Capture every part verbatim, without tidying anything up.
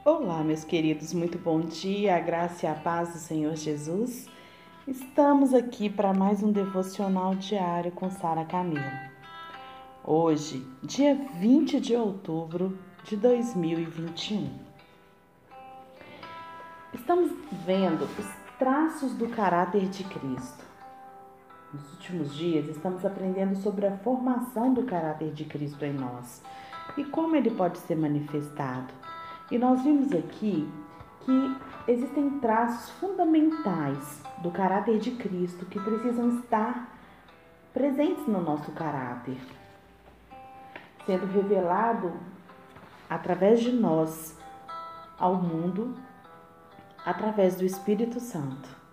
Olá, meus queridos, muito bom dia, a graça e a paz do Senhor Jesus. Estamos aqui para mais um devocional diário com Sara Camilo. Hoje, dia vinte de outubro de dois mil e vinte e um. Estamos vendo os traços do caráter de Cristo. Nos últimos dias, estamos aprendendo sobre a formação do caráter de Cristo em nós e como ele pode ser manifestado. E nós vimos aqui que existem traços fundamentais do caráter de Cristo que precisam estar presentes no nosso caráter, sendo revelado através de nós ao mundo, através do Espírito Santo.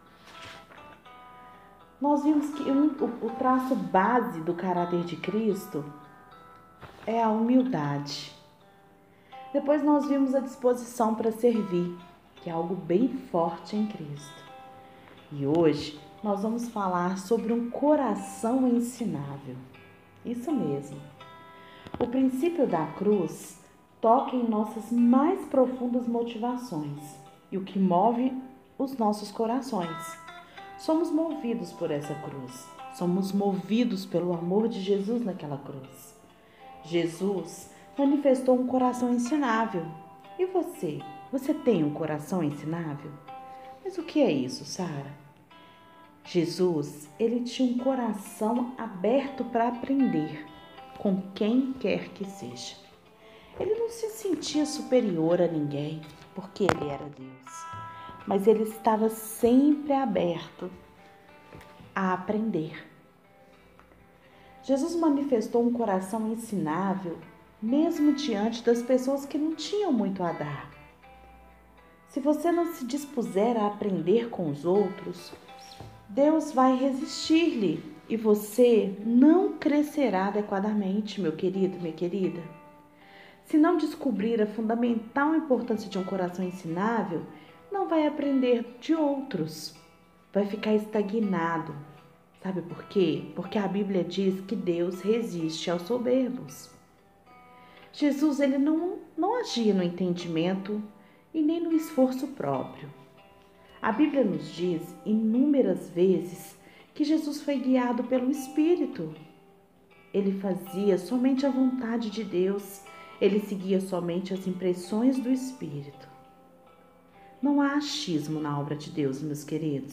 Nós vimos que um, o, o traço base do caráter de Cristo é a humildade. Depois nós vimos a disposição para servir, que é algo bem forte em Cristo. E hoje nós vamos falar sobre um coração ensinável. Isso mesmo. O princípio da cruz toca em nossas mais profundas motivações e o que move os nossos corações. Somos movidos por essa cruz. Somos movidos pelo amor de Jesus naquela cruz. Jesus manifestou um coração ensinável. E você? Você tem um coração ensinável? Mas o que é isso, Sara? Jesus, ele tinha um coração aberto para aprender com quem quer que seja. Ele não se sentia superior a ninguém, porque ele era Deus. Mas ele estava sempre aberto a aprender. Jesus manifestou um coração ensinável mesmo diante das pessoas que não tinham muito a dar. Se você não se dispuser a aprender com os outros, Deus vai resistir-lhe e você não crescerá adequadamente, meu querido, minha querida. Se não descobrir a fundamental importância de um coração ensinável, não vai aprender de outros, vai ficar estagnado. Sabe por quê? Porque a Bíblia diz que Deus resiste aos soberbos. Jesus ele não, não agia no entendimento e nem no esforço próprio. A Bíblia nos diz inúmeras vezes que Jesus foi guiado pelo Espírito. Ele fazia somente a vontade de Deus, ele seguia somente as impressões do Espírito. Não há achismo na obra de Deus, meus queridos.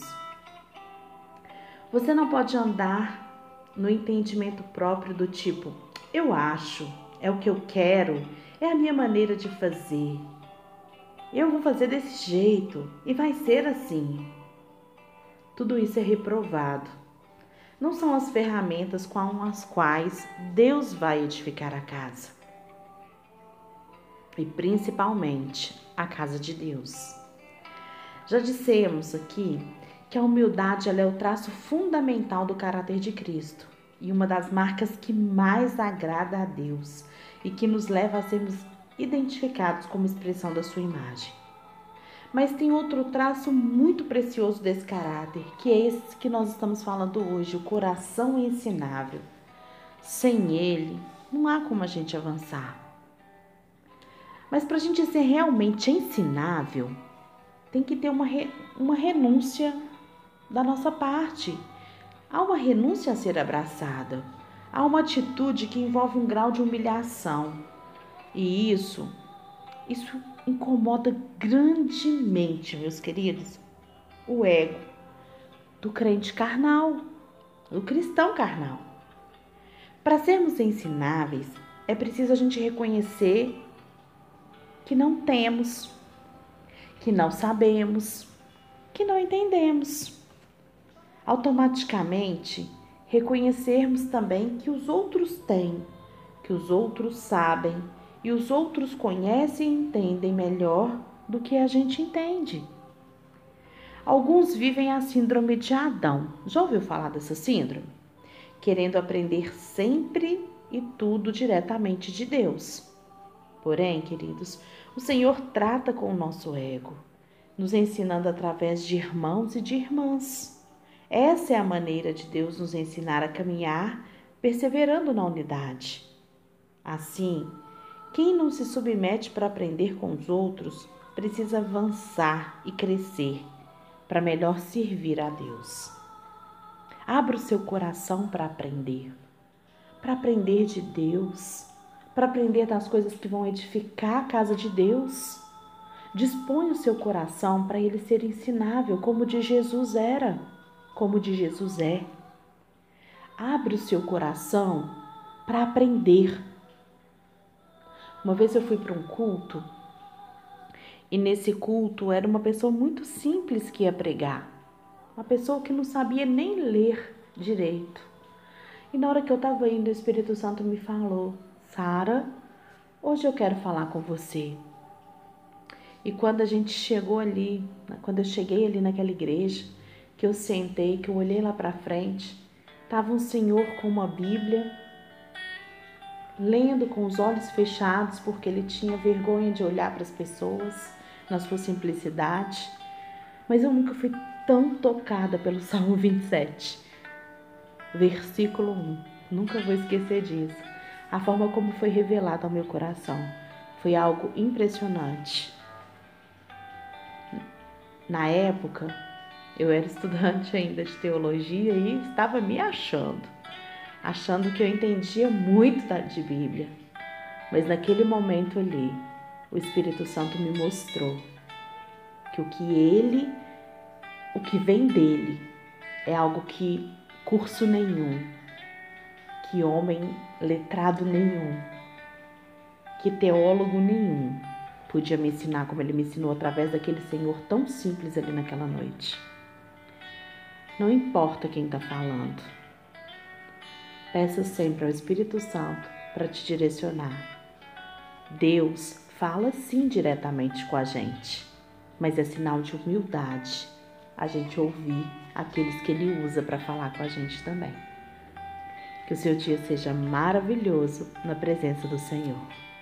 Você não pode andar no entendimento próprio do tipo, eu acho, é o que eu quero, é a minha maneira de fazer. Eu vou fazer desse jeito e vai ser assim. Tudo isso é reprovado. Não são as ferramentas com as quais Deus vai edificar a casa. E principalmente a casa de Deus. Já dissemos aqui que a humildade ela é o traço fundamental do caráter de Cristo e uma das marcas que mais agrada a Deus e que nos leva a sermos identificados como expressão da sua imagem. Mas tem outro traço muito precioso desse caráter, que é esse que nós estamos falando hoje, o coração ensinável. Sem ele, não há como a gente avançar. Mas para a gente ser realmente ensinável, tem que ter uma, re, uma renúncia da nossa parte. Há uma renúncia a ser abraçada. Há uma atitude que envolve um grau de humilhação. E isso, isso incomoda grandemente, meus queridos, o ego do crente carnal, do cristão carnal. Para sermos ensináveis, é preciso a gente reconhecer que não temos, que não sabemos, que não entendemos. Automaticamente, reconhecermos também que os outros têm, que os outros sabem e os outros conhecem e entendem melhor do que a gente entende. Alguns vivem a síndrome de Adão. Já ouviu falar dessa síndrome? Querendo aprender sempre e tudo diretamente de Deus. Porém, queridos, o Senhor trata com o nosso ego, nos ensinando através de irmãos e de irmãs. Essa é a maneira de Deus nos ensinar a caminhar, perseverando na unidade. Assim, Quem não se submete para aprender com os outros precisa avançar e crescer para melhor servir a Deus. Abra o seu coração para aprender, para aprender de Deus, para aprender das coisas que vão edificar a casa de Deus. Dispõe o seu coração para ele ser ensinável, como o de Jesus era, como o de Jesus é. Abre o seu coração para aprender. Uma vez eu fui para um culto e nesse culto era uma pessoa muito simples que ia pregar, uma pessoa que não sabia nem ler direito. E na hora que eu estava indo, o Espírito Santo me falou: Sara, hoje eu quero falar com você. E quando a gente chegou ali, quando eu cheguei ali naquela igreja, que eu sentei, que eu olhei lá para frente, estava um senhor com uma Bíblia, lendo com os olhos fechados, porque ele tinha vergonha de olhar para as pessoas, na sua simplicidade. Mas eu nunca fui tão tocada pelo Salmo vinte e sete, versículo um. Nunca vou esquecer disso. A forma como foi revelado ao meu coração foi algo impressionante. Na época, eu era estudante ainda de teologia e estava me achando, achando que eu entendia muito de Bíblia. Mas naquele momento ali, o Espírito Santo me mostrou que o que ele, o que vem dele, é algo que curso nenhum, que homem letrado nenhum, que teólogo nenhum podia me ensinar como ele me ensinou através daquele Senhor tão simples ali naquela noite. Não importa quem está falando, peça sempre ao Espírito Santo para te direcionar. Deus fala sim diretamente com a gente, mas é sinal de humildade a gente ouvir aqueles que Ele usa para falar com a gente também. Que o seu dia seja maravilhoso na presença do Senhor.